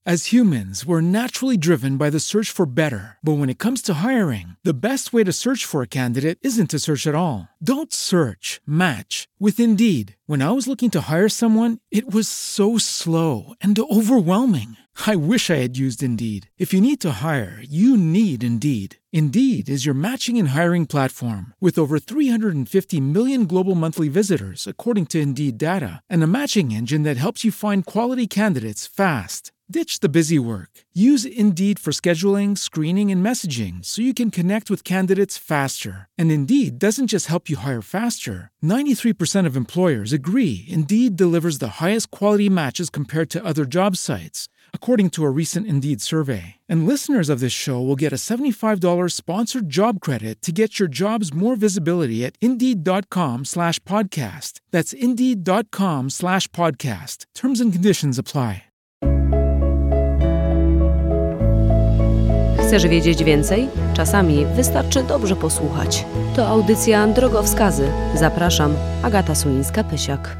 As humans, we're naturally driven by the search for better. But when it comes to hiring, the best way to search for a candidate isn't to search at all. Don't search, match with Indeed. When I was looking to hire someone, it was so slow and overwhelming. I wish I had used Indeed. If you need to hire, you need Indeed. Indeed is your matching and hiring platform with over 350 million global monthly visitors, according to Indeed data, and a matching engine that helps you find quality candidates fast. Ditch the busy work. Use Indeed for scheduling, screening, and messaging so you can connect with candidates faster. And Indeed doesn't just help you hire faster. 93% of employers agree Indeed delivers the highest quality matches compared to other job sites, according to a recent Indeed survey. And listeners of this show will get a $75 sponsored job credit to get your jobs more visibility at Indeed.com/podcast. That's Indeed.com/podcast. Terms and conditions apply. Chcesz wiedzieć więcej? Czasami wystarczy dobrze posłuchać. To audycja Drogowskazy. Zapraszam, Agata Sulińska-Pysiak.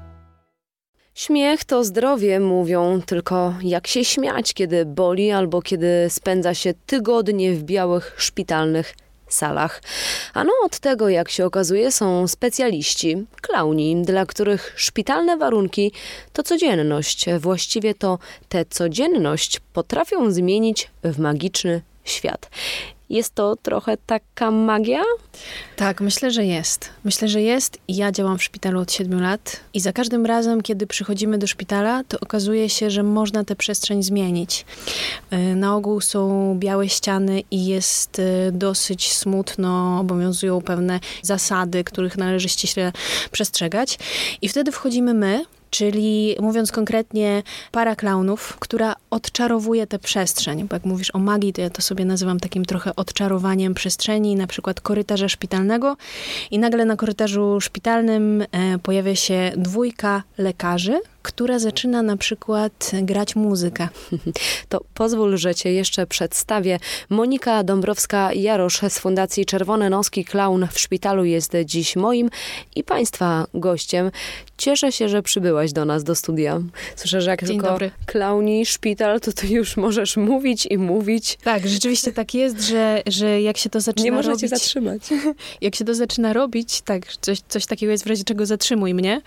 Śmiech to zdrowie, mówią, tylko jak się śmiać, kiedy boli albo kiedy spędza się tygodnie w białych szpitalnych salach. Ano od tego, jak się okazuje, są specjaliści, klauni, dla których szpitalne warunki to codzienność. Właściwie to tę codzienność potrafią zmienić w magiczny świat. Jest to trochę taka magia? Tak, myślę, że jest. Ja działam w szpitalu od 7 lat i za każdym razem, kiedy przychodzimy do szpitala, to okazuje się, że można tę przestrzeń zmienić. Na ogół są białe ściany i jest dosyć smutno, obowiązują pewne zasady, których należy ściśle przestrzegać. I wtedy wchodzimy my, czyli mówiąc konkretnie para klaunów, która odczarowuje tę przestrzeń. Bo jak mówisz o magii, to ja to sobie nazywam takim trochę odczarowaniem przestrzeni, na przykład korytarza szpitalnego i nagle na korytarzu szpitalnym pojawia się 2 lekarzy, która zaczyna na przykład grać muzykę. To pozwól, że cię jeszcze przedstawię. Monika Dąbrowska-Jarosz z Fundacji Czerwone Noski Klaun w szpitalu jest dziś moim i państwa gościem. Cieszę się, że przybyłaś do nas, do studia. Słyszę, że jak Dzień tylko dobry. klauni, szpital, to ty już możesz mówić i mówić. Tak, rzeczywiście tak jest, że jak się to zaczyna nie robić... Nie można cię zatrzymać. Jak się to zaczyna robić, tak, coś takiego jest w razie czego zatrzymuj mnie,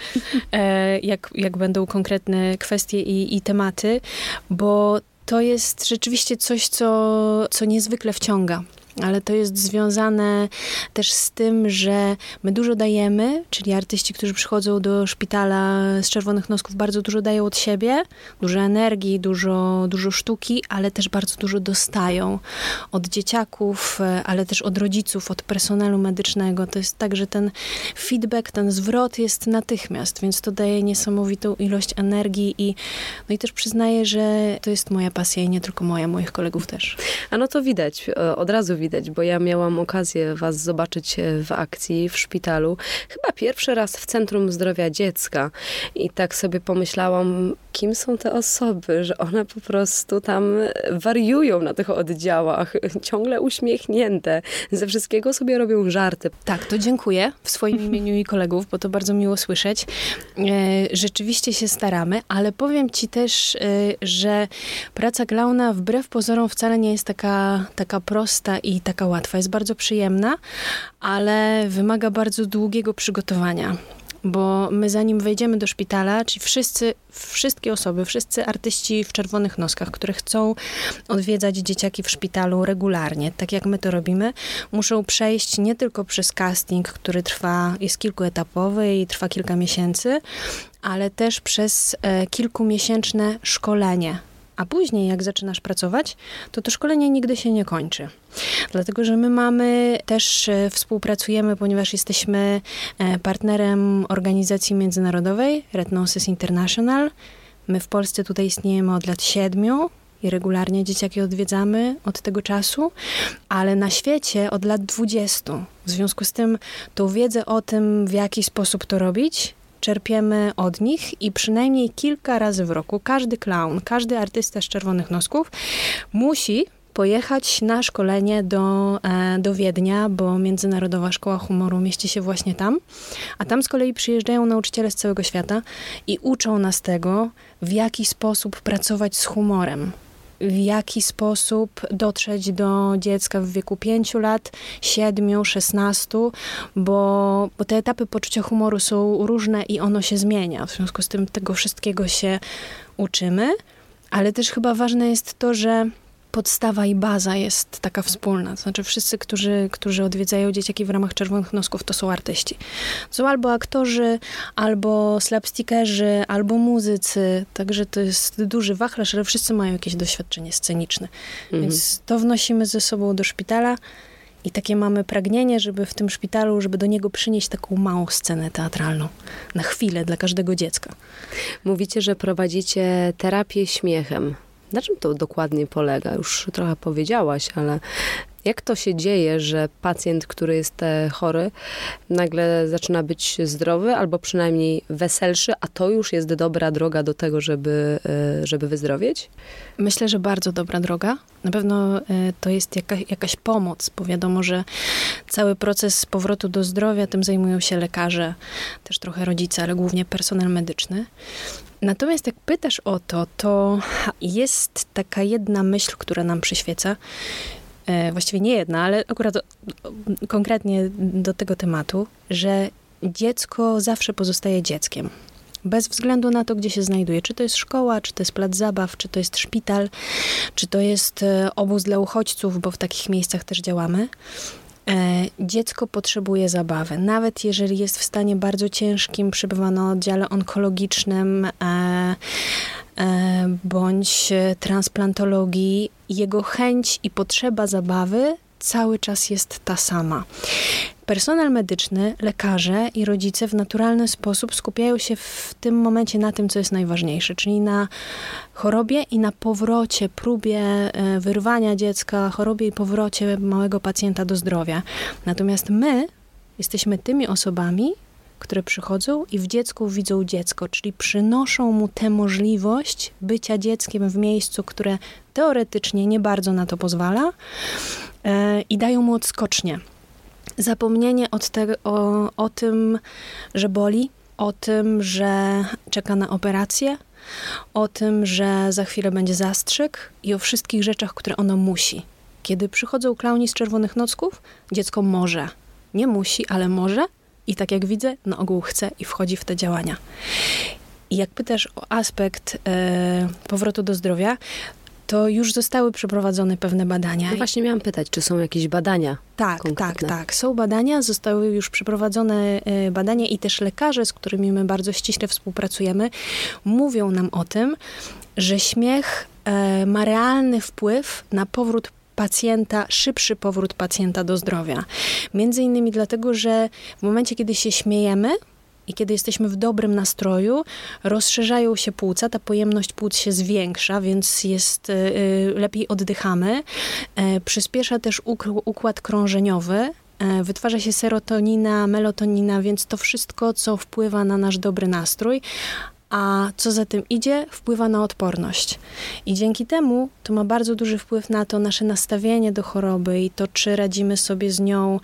jak będą konkretne kwestie i tematy, bo to jest rzeczywiście coś, co niezwykle wciąga. Ale to jest związane też z tym, że my dużo dajemy, czyli artyści, którzy przychodzą do szpitala z Czerwonych Nosków, bardzo dużo dają od siebie, dużo energii, dużo sztuki, ale też bardzo dużo dostają od dzieciaków, ale też od rodziców, od personelu medycznego. To jest tak, że ten feedback, ten zwrot jest natychmiast, więc to daje niesamowitą ilość energii i też przyznaję, że to jest moja pasja i nie tylko moja, moich kolegów też. A no to widać, od razu widać, bo ja miałam okazję was zobaczyć w akcji w szpitalu. Chyba pierwszy raz w Centrum Zdrowia Dziecka. I tak sobie pomyślałam, kim są te osoby, że one po prostu tam wariują na tych oddziałach, ciągle uśmiechnięte, ze wszystkiego sobie robią żarty. Tak, to dziękuję w swoim imieniu i kolegów, bo to bardzo miło słyszeć. Rzeczywiście się staramy, ale powiem ci też, że praca klauna wbrew pozorom wcale nie jest taka prosta i taka łatwa. Jest bardzo przyjemna, ale wymaga bardzo długiego przygotowania. Bo my zanim wejdziemy do szpitala, czyli wszystkie osoby, wszyscy artyści w Czerwonych Noskach, które chcą odwiedzać dzieciaki w szpitalu regularnie, tak jak my to robimy, muszą przejść nie tylko przez casting, który jest kilkuetapowy i trwa kilka miesięcy, ale też przez kilkumiesięczne szkolenie. A później, jak zaczynasz pracować, to szkolenie nigdy się nie kończy. Dlatego, że my współpracujemy, ponieważ jesteśmy partnerem organizacji międzynarodowej Red Noses International. My w Polsce tutaj istniejemy od lat 7 i regularnie dzieciaki odwiedzamy od tego czasu, ale na świecie od lat 20. W związku z tym tą wiedzę o tym, w jaki sposób to robić, czerpiemy od nich i przynajmniej kilka razy w roku każdy klaun, każdy artysta z Czerwonych Nosków musi pojechać na szkolenie do Wiednia, bo Międzynarodowa Szkoła Humoru mieści się właśnie tam. A tam z kolei przyjeżdżają nauczyciele z całego świata i uczą nas tego, w jaki sposób pracować z humorem. W jaki sposób dotrzeć do dziecka w wieku 5 lat, 7, 16, bo te etapy poczucia humoru są różne i ono się zmienia. W związku z tym tego wszystkiego się uczymy, ale też chyba ważne jest to, że podstawa i baza jest taka wspólna. To znaczy wszyscy, którzy odwiedzają dzieciaki w ramach Czerwonych Nosków, to są artyści. To są albo aktorzy, albo slapstickerzy, albo muzycy. Także to jest duży wachlarz, ale wszyscy mają jakieś doświadczenie sceniczne. Więc to wnosimy ze sobą do szpitala i takie mamy pragnienie, żeby w tym szpitalu, żeby do niego przynieść taką małą scenę teatralną. Na chwilę dla każdego dziecka. Mówicie, że prowadzicie terapię śmiechem. Na czym to dokładnie polega? Już trochę powiedziałaś, ale jak to się dzieje, że pacjent, który jest chory, nagle zaczyna być zdrowy albo przynajmniej weselszy, a to już jest dobra droga do tego, żeby wyzdrowieć? Myślę, że bardzo dobra droga. Na pewno to jest jakaś pomoc, bo wiadomo, że cały proces powrotu do zdrowia, tym zajmują się lekarze, też trochę rodzice, ale głównie personel medyczny. Natomiast jak pytasz o to jest taka jedna myśl, która nam przyświeca. Właściwie nie jedna, ale akurat konkretnie do tego tematu, że dziecko zawsze pozostaje dzieckiem. Bez względu na to, gdzie się znajduje. Czy to jest szkoła, czy to jest plac zabaw, czy to jest szpital, czy to jest obóz dla uchodźców, bo w takich miejscach też działamy. Dziecko potrzebuje zabawy. Nawet jeżeli jest w stanie bardzo ciężkim, przebywa na oddziale onkologicznym bądź transplantologii, jego chęć i potrzeba zabawy cały czas jest ta sama. Personel medyczny, lekarze i rodzice w naturalny sposób skupiają się w tym momencie na tym, co jest najważniejsze, czyli na chorobie i na powrocie, próbie wyrwania dziecka, chorobie i powrocie małego pacjenta do zdrowia. Natomiast my jesteśmy tymi osobami, które przychodzą i w dziecku widzą dziecko, czyli przynoszą mu tę możliwość bycia dzieckiem w miejscu, które teoretycznie nie bardzo na to pozwala i dają mu odskocznię. Zapomnienie o tym, że boli, o tym, że czeka na operację, o tym, że za chwilę będzie zastrzyk i o wszystkich rzeczach, które ono musi. Kiedy przychodzą klauni z Czerwonych Nocków, dziecko może. Nie musi, ale może. I tak jak widzę, na ogół chce i wchodzi w te działania. I jak pytasz o aspekt powrotu do zdrowia, to już zostały przeprowadzone pewne badania. No właśnie miałam pytać, czy są jakieś badania konkretne? Tak. Są badania, zostały już przeprowadzone badania i też lekarze, z którymi my bardzo ściśle współpracujemy, mówią nam o tym, że śmiech ma realny wpływ na powrót pacjenta, szybszy powrót pacjenta do zdrowia. Między innymi dlatego, że w momencie, kiedy się śmiejemy i kiedy jesteśmy w dobrym nastroju, rozszerzają się płuca, ta pojemność płuc się zwiększa, więc lepiej oddychamy. Przyspiesza też układ krążeniowy, wytwarza się serotonina, melatonina, więc to wszystko, co wpływa na nasz dobry nastrój, a co za tym idzie, wpływa na odporność. I dzięki temu to ma bardzo duży wpływ na to nasze nastawienie do choroby i to, czy radzimy sobie z nią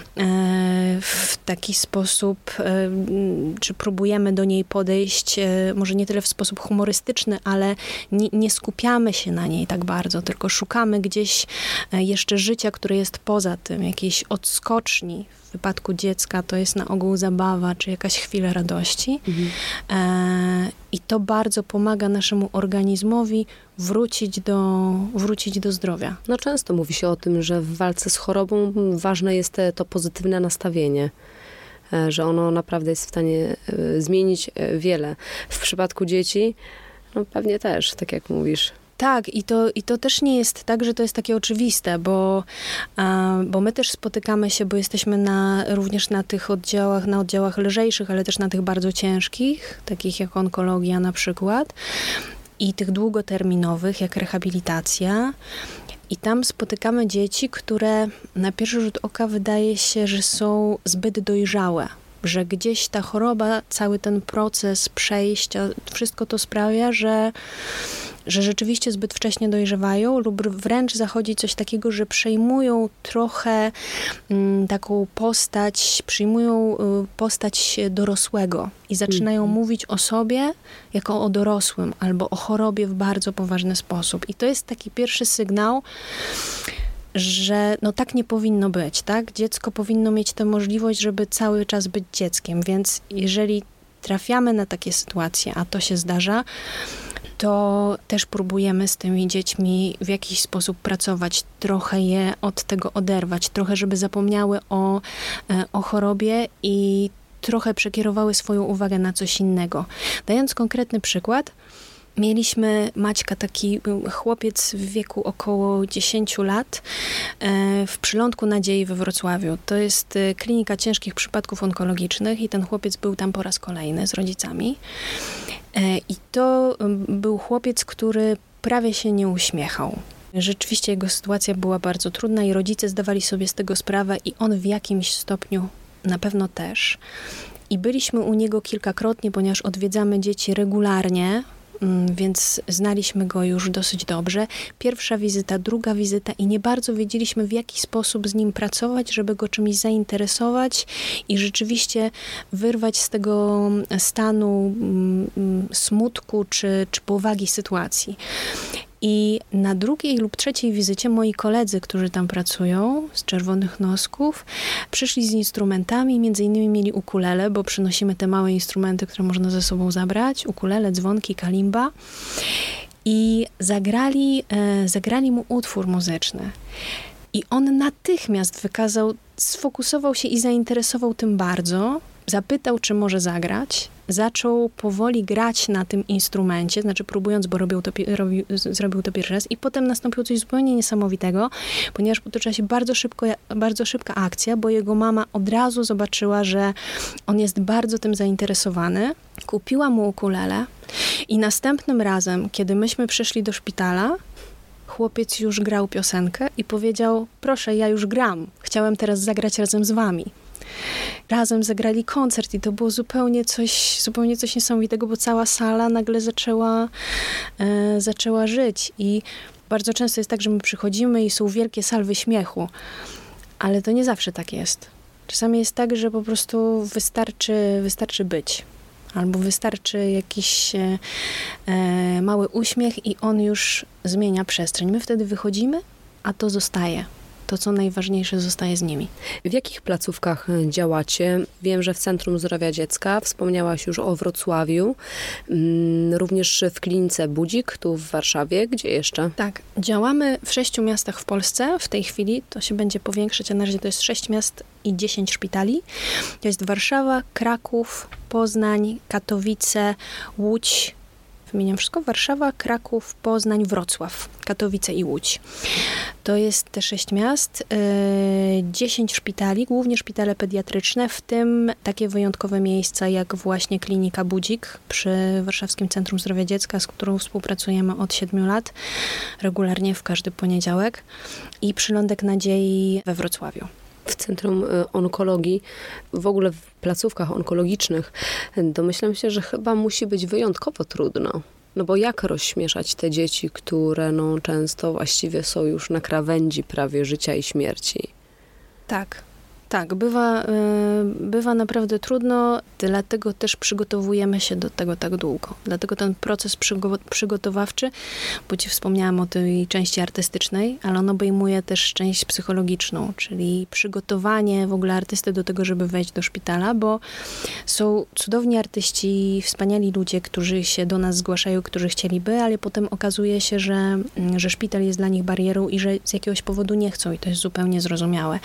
w taki sposób, czy próbujemy do niej podejść, może nie tyle w sposób humorystyczny, ale nie skupiamy się na niej tak bardzo, tylko szukamy gdzieś jeszcze życia, które jest poza tym, jakiejś odskoczni. W wypadku dziecka to jest na ogół zabawa, czy jakaś chwila radości. I to bardzo pomaga naszemu organizmowi wrócić do zdrowia. No często mówi się o tym, że w walce z chorobą ważne jest to pozytywne nastawienie, że ono naprawdę jest w stanie zmienić wiele. W przypadku dzieci, no pewnie też, tak jak mówisz. Tak, i to też nie jest tak, że to jest takie oczywiste, bo my też spotykamy się, bo jesteśmy również na tych oddziałach lżejszych, ale też na tych bardzo ciężkich, takich jak onkologia na przykład, i tych długoterminowych, jak rehabilitacja. I tam spotykamy dzieci, które na pierwszy rzut oka wydaje się, że są zbyt dojrzałe. Że gdzieś ta choroba, cały ten proces przejścia, wszystko to sprawia, że że rzeczywiście zbyt wcześnie dojrzewają lub wręcz zachodzi coś takiego, że przejmują trochę taką postać, przyjmują postać dorosłego i zaczynają mówić o sobie jako o dorosłym albo o chorobie w bardzo poważny sposób. I to jest taki pierwszy sygnał, że no tak nie powinno być, tak? Dziecko powinno mieć tę możliwość, żeby cały czas być dzieckiem, więc jeżeli trafiamy na takie sytuacje, a to się zdarza, to też próbujemy z tymi dziećmi w jakiś sposób pracować, trochę je od tego oderwać, trochę żeby zapomniały o chorobie i trochę przekierowały swoją uwagę na coś innego. Dając konkretny przykład, mieliśmy Maćka, taki chłopiec w wieku około 10 lat w Przylądku Nadziei we Wrocławiu. To jest klinika ciężkich przypadków onkologicznych i ten chłopiec był tam po raz kolejny z rodzicami. I to był chłopiec, który prawie się nie uśmiechał. Rzeczywiście jego sytuacja była bardzo trudna i rodzice zdawali sobie z tego sprawę i on w jakimś stopniu na pewno też. I byliśmy u niego kilkakrotnie, ponieważ odwiedzamy dzieci regularnie, więc znaliśmy go już dosyć dobrze. Pierwsza wizyta, druga wizyta i nie bardzo wiedzieliśmy, w jaki sposób z nim pracować, żeby go czymś zainteresować i rzeczywiście wyrwać z tego stanu smutku czy powagi sytuacji. I na drugiej lub trzeciej wizycie moi koledzy, którzy tam pracują z Czerwonych Nosków, przyszli z instrumentami, między innymi mieli ukulele, bo przynosimy te małe instrumenty, które można ze sobą zabrać, ukulele, dzwonki, kalimba i zagrali mu utwór muzyczny. I on natychmiast sfokusował się i zainteresował tym bardzo, zapytał, czy może zagrać. Zaczął powoli grać na tym instrumencie, znaczy próbując, bo zrobił to pierwszy raz i potem nastąpiło coś zupełnie niesamowitego, ponieważ potoczyła się bardzo szybka akcja, bo jego mama od razu zobaczyła, że on jest bardzo tym zainteresowany. Kupiła mu ukulele i następnym razem, kiedy myśmy przyszli do szpitala, chłopiec już grał piosenkę i powiedział: proszę, ja już gram, chciałem teraz zagrać razem z wami. Razem zagrali koncert i to było zupełnie coś niesamowitego, bo cała sala nagle zaczęła żyć. I bardzo często jest tak, że my przychodzimy i są wielkie salwy śmiechu, ale to nie zawsze tak jest. Czasami jest tak, że po prostu wystarczy być. Albo wystarczy jakiś mały uśmiech i on już zmienia przestrzeń. My wtedy wychodzimy, a to zostaje. To, co najważniejsze, zostaje z nimi. W jakich placówkach działacie? Wiem, że w Centrum Zdrowia Dziecka, wspomniałaś już o Wrocławiu, również w klinice Budzik, tu w Warszawie. Gdzie jeszcze? Tak, działamy w 6 miastach w Polsce. W tej chwili to się będzie powiększać, a na razie to jest 6 miast i 10 szpitali. To jest Warszawa, Kraków, Poznań, Katowice, Łódź. Wymieniam wszystko. Warszawa, Kraków, Poznań, Wrocław, Katowice i Łódź. To jest te 6 miast, 10 szpitali, głównie szpitale pediatryczne, w tym takie wyjątkowe miejsca jak właśnie klinika Budzik przy Warszawskim Centrum Zdrowia Dziecka, z którą współpracujemy od 7 lat, regularnie w każdy poniedziałek, i Przylądek Nadziei we Wrocławiu. W Centrum Onkologii, w ogóle w placówkach onkologicznych, domyślam się, że chyba musi być wyjątkowo trudno. No bo jak rozśmieszać te dzieci, które często właściwie są już na krawędzi prawie życia i śmierci? Tak, bywa naprawdę trudno, dlatego też przygotowujemy się do tego tak długo. Dlatego ten proces przygotowawczy, bo ci wspomniałam o tej części artystycznej, ale on obejmuje też część psychologiczną, czyli przygotowanie w ogóle artysty do tego, żeby wejść do szpitala, bo są cudowni artyści, wspaniali ludzie, którzy się do nas zgłaszają, którzy chcieliby, ale potem okazuje się, że szpital jest dla nich barierą i że z jakiegoś powodu nie chcą i to jest zupełnie zrozumiałe.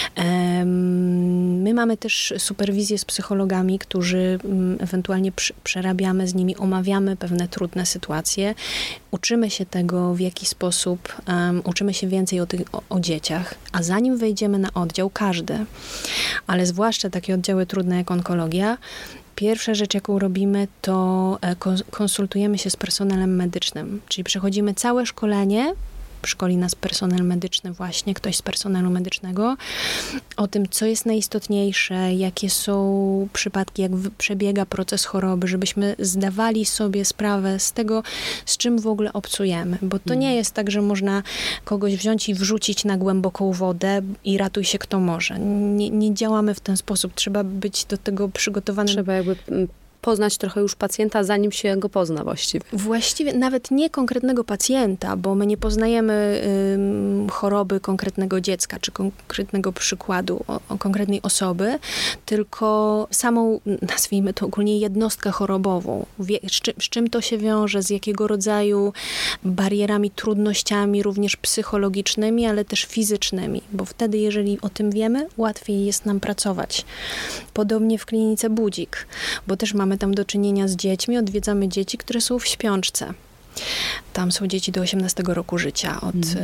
My mamy też superwizję z psychologami, którzy ewentualnie przerabiamy z nimi, omawiamy pewne trudne sytuacje. Uczymy się tego, w jaki sposób, uczymy się więcej o dzieciach, a zanim wejdziemy na oddział, każdy, ale zwłaszcza takie oddziały trudne jak onkologia, pierwsza rzecz, jaką robimy, to konsultujemy się z personelem medycznym, czyli przechodzimy całe szkolenie szkoli nas personel medyczny właśnie, ktoś z personelu medycznego, o tym, co jest najistotniejsze, jakie są przypadki, jak przebiega proces choroby, żebyśmy zdawali sobie sprawę z tego, z czym w ogóle obcujemy. Bo to nie jest tak, że można kogoś wziąć i wrzucić na głęboką wodę i ratuj się kto może. Nie działamy w ten sposób. Trzeba być do tego przygotowanym. Trzeba jakby poznać trochę już pacjenta, zanim się go pozna właściwie. Właściwie nawet nie konkretnego pacjenta, bo my nie poznajemy choroby konkretnego dziecka, czy konkretnego przykładu o konkretnej osoby, tylko samą, nazwijmy to ogólnie, jednostkę chorobową. Z czym to się wiąże, z jakiego rodzaju barierami, trudnościami, również psychologicznymi, ale też fizycznymi, bo wtedy, jeżeli o tym wiemy, łatwiej jest nam pracować. Podobnie w klinice Budzik, bo też mamy tam do czynienia z dziećmi, odwiedzamy dzieci, które są w śpiączce. Tam są dzieci do 18 roku życia,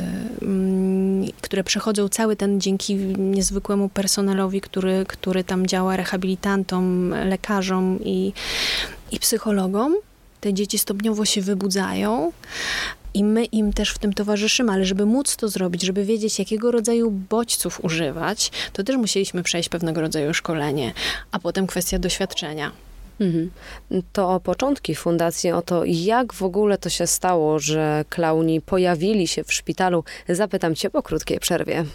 które przechodzą cały ten, dzięki niezwykłemu personelowi, który tam działa, rehabilitantom, lekarzom i psychologom. Te dzieci stopniowo się wybudzają i my im też w tym towarzyszymy, ale żeby móc to zrobić, żeby wiedzieć, jakiego rodzaju bodźców używać, to też musieliśmy przejść pewnego rodzaju szkolenie, a potem kwestia doświadczenia. To o początki fundacji, o to, jak w ogóle to się stało, że klauni pojawili się w szpitalu, zapytam cię po krótkiej przerwie.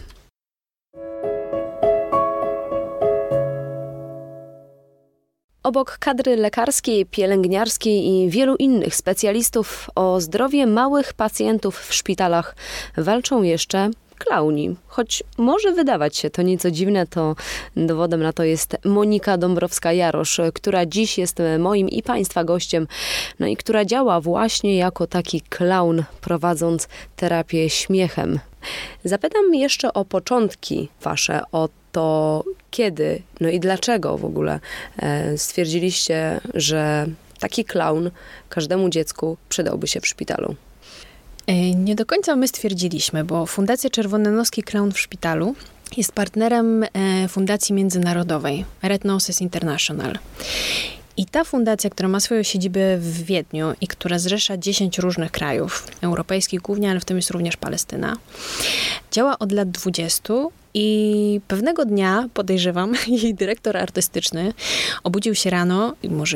Obok kadry lekarskiej, pielęgniarskiej i wielu innych specjalistów o zdrowie małych pacjentów w szpitalach walczą jeszcze klauni. Choć może wydawać się to nieco dziwne, to dowodem na to jest Monika Dąbrowska-Jarosz, która dziś jest moim i Państwa gościem, no i która działa właśnie jako taki klaun, prowadząc terapię śmiechem. Zapytam jeszcze o początki wasze, o to kiedy, no i dlaczego w ogóle stwierdziliście, że taki klaun każdemu dziecku przydałby się w szpitalu. Nie do końca my stwierdziliśmy, bo Fundacja Czerwony Noski Klaun w Szpitalu jest partnerem fundacji międzynarodowej Red Noses International. I ta fundacja, która ma swoją siedzibę w Wiedniu i która zrzesza 10 różnych krajów, europejskich głównie, ale w tym jest również Palestyna, działa od lat 20 i pewnego dnia, podejrzewam, jej dyrektor artystyczny obudził się rano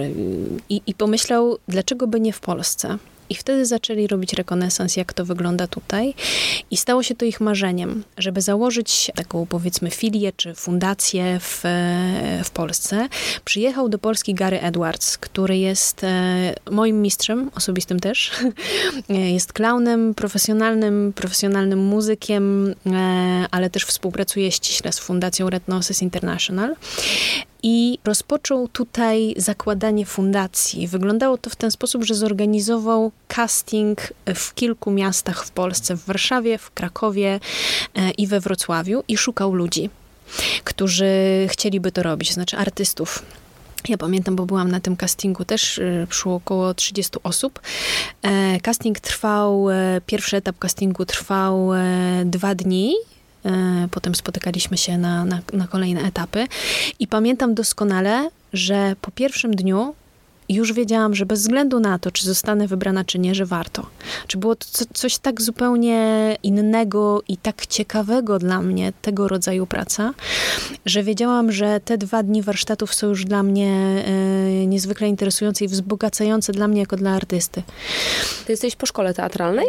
i pomyślał, dlaczego by nie w Polsce. I wtedy zaczęli robić rekonesans, jak to wygląda tutaj. I stało się to ich marzeniem, żeby założyć taką, powiedzmy, filię czy fundację w Polsce. Przyjechał do Polski Gary Edwards, który jest moim mistrzem, osobistym też. Jest klaunem, profesjonalnym muzykiem, ale też współpracuje ściśle z Fundacją Red Noses International. I rozpoczął tutaj zakładanie fundacji. Wyglądało to w ten sposób, że zorganizował casting w kilku miastach w Polsce, w Warszawie, w Krakowie i we Wrocławiu i szukał ludzi, którzy chcieliby to robić, znaczy artystów. Ja pamiętam, bo byłam na tym castingu też, przyszło około 30 osób. Casting trwał, pierwszy etap castingu trwał 2 dni. Potem spotykaliśmy się na kolejne etapy. I pamiętam doskonale, że po pierwszym dniu już wiedziałam, że bez względu na to, czy zostanę wybrana, czy nie, że warto. Czy było to coś tak zupełnie innego i tak ciekawego dla mnie, tego rodzaju praca, że wiedziałam, że te 2 dni warsztatów są już dla mnie niezwykle interesujące i wzbogacające dla mnie jako dla artysty. Ty jesteś po szkole teatralnej?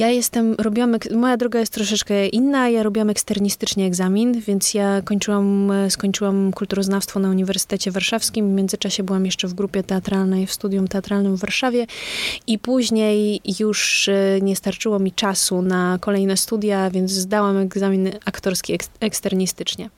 Moja droga jest troszeczkę inna. Ja robiłam eksternistycznie egzamin, więc ja skończyłam kulturoznawstwo na Uniwersytecie Warszawskim. W międzyczasie byłam jeszcze w grupie teatralnej, w studium teatralnym w Warszawie i później już nie starczyło mi czasu na kolejne studia, więc zdałam egzamin aktorski eksternistycznie.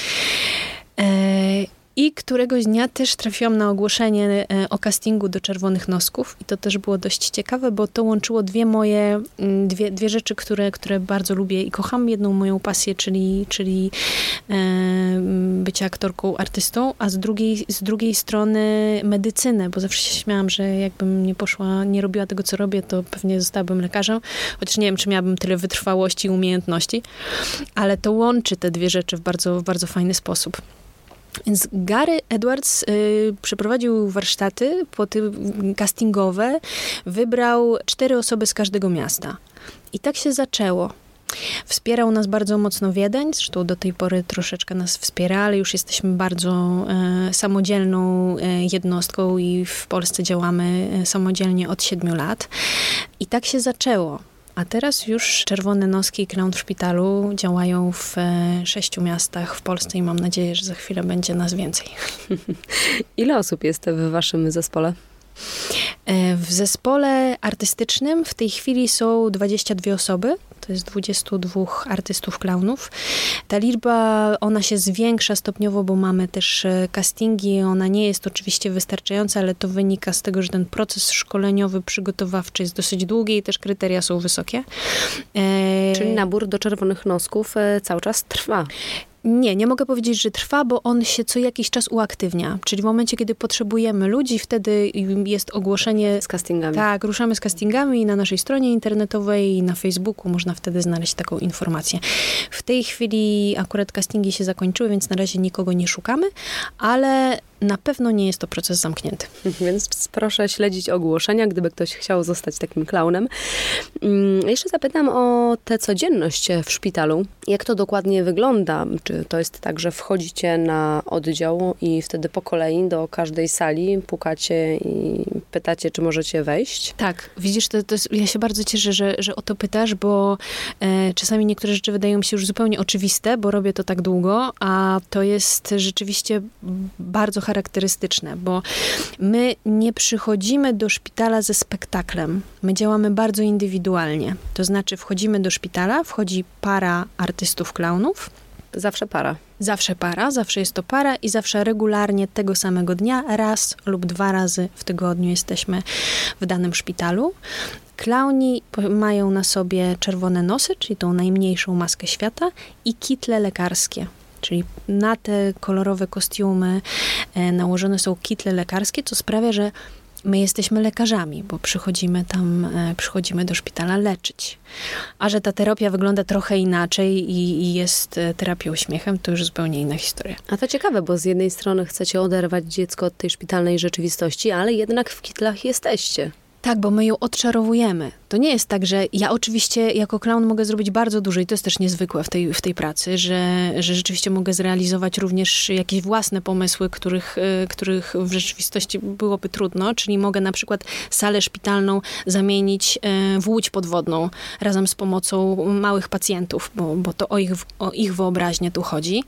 I któregoś dnia też trafiłam na ogłoszenie o castingu do Czerwonych Nosków i to też było dość ciekawe, bo to łączyło dwie rzeczy, które bardzo lubię i kocham. Jedną moją pasję, czyli bycie aktorką, artystą, a z drugiej strony medycynę, bo zawsze się śmiałam, że jakbym nie robiła tego, co robię, to pewnie zostałabym lekarzem, chociaż nie wiem, czy miałabym tyle wytrwałości i umiejętności, ale to łączy te dwie rzeczy w bardzo, bardzo fajny sposób. Więc Gary Edwards przeprowadził warsztaty castingowe, wybrał 4 osoby z każdego miasta. I tak się zaczęło. Wspierał nas bardzo mocno Wiedeń, zresztą do tej pory troszeczkę nas wspiera, ale już jesteśmy bardzo samodzielną jednostką i w Polsce działamy samodzielnie od 7 lat. I tak się zaczęło. A teraz już Czerwone Noski i Klaun w Szpitalu działają w 6 miastach w Polsce i mam nadzieję, że za chwilę będzie nas więcej. Ile osób jest w waszym zespole? W zespole artystycznym w tej chwili są 22 osoby. To jest 22 artystów klaunów. Ta liczba, ona się zwiększa stopniowo, bo mamy też castingi. Ona nie jest oczywiście wystarczająca, ale to wynika z tego, że ten proces szkoleniowy, przygotowawczy jest dosyć długi i też kryteria są wysokie. Czyli nabór do Czerwonych Nosków cały czas trwa. Nie mogę powiedzieć, że trwa, bo on się co jakiś czas uaktywnia. Czyli w momencie, kiedy potrzebujemy ludzi, wtedy jest ogłoszenie. Z castingami. Tak, ruszamy z castingami i na naszej stronie internetowej i na Facebooku można wtedy znaleźć taką informację. W tej chwili akurat castingi się zakończyły, więc na razie nikogo nie szukamy, ale na pewno nie jest to proces zamknięty. Więc proszę śledzić ogłoszenia, gdyby ktoś chciał zostać takim klaunem. Jeszcze zapytam o tę codzienność w szpitalu. Jak to dokładnie wygląda? Czy to jest tak, że wchodzicie na oddział i wtedy po kolei do każdej sali pukacie i pytacie, czy możecie wejść? Tak, widzisz, ja się bardzo cieszę, że o to pytasz, bo czasami niektóre rzeczy wydają mi się już zupełnie oczywiste, bo robię to tak długo, a to jest rzeczywiście bardzo charakterystyczne, bo my nie przychodzimy do szpitala ze spektaklem. My działamy bardzo indywidualnie. To znaczy wchodzimy do szpitala, wchodzi para artystów klaunów. Zawsze para. Zawsze para, zawsze jest to para i zawsze regularnie tego samego dnia, raz lub 2 razy w tygodniu jesteśmy w danym szpitalu. Klauni mają na sobie czerwone nosy, czyli tą najmniejszą maskę świata i kitle lekarskie. Czyli na te kolorowe kostiumy nałożone są kitle lekarskie, co sprawia, że my jesteśmy lekarzami, bo przychodzimy do szpitala leczyć. A że ta terapia wygląda trochę inaczej i jest terapią śmiechem, to już zupełnie inna historia. A to ciekawe, bo z jednej strony chcecie oderwać dziecko od tej szpitalnej rzeczywistości, ale jednak w kitlach jesteście. Tak, bo my ją odczarowujemy. To nie jest tak, że ja oczywiście jako klaun mogę zrobić bardzo dużo i to jest też niezwykłe w tej pracy, że rzeczywiście mogę zrealizować również jakieś własne pomysły, których w rzeczywistości byłoby trudno, czyli mogę na przykład salę szpitalną zamienić w łódź podwodną razem z pomocą małych pacjentów, bo to o ich wyobraźnię tu chodzi.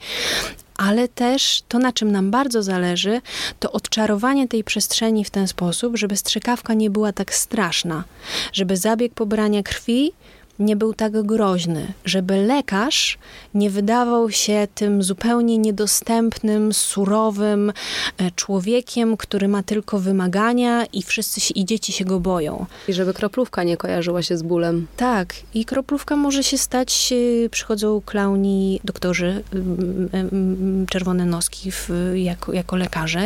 Ale też to, na czym nam bardzo zależy, to odczarowanie tej przestrzeni w ten sposób, żeby strzykawka nie była tak straszna, żeby zabieg pobrania krwi nie był tak groźny, żeby lekarz nie wydawał się tym zupełnie niedostępnym, surowym człowiekiem, który ma tylko wymagania i dzieci się go boją. I żeby kroplówka nie kojarzyła się z bólem. Tak, i kroplówka może się stać, przychodzą klauni, doktorzy, Czerwone Noski jako lekarze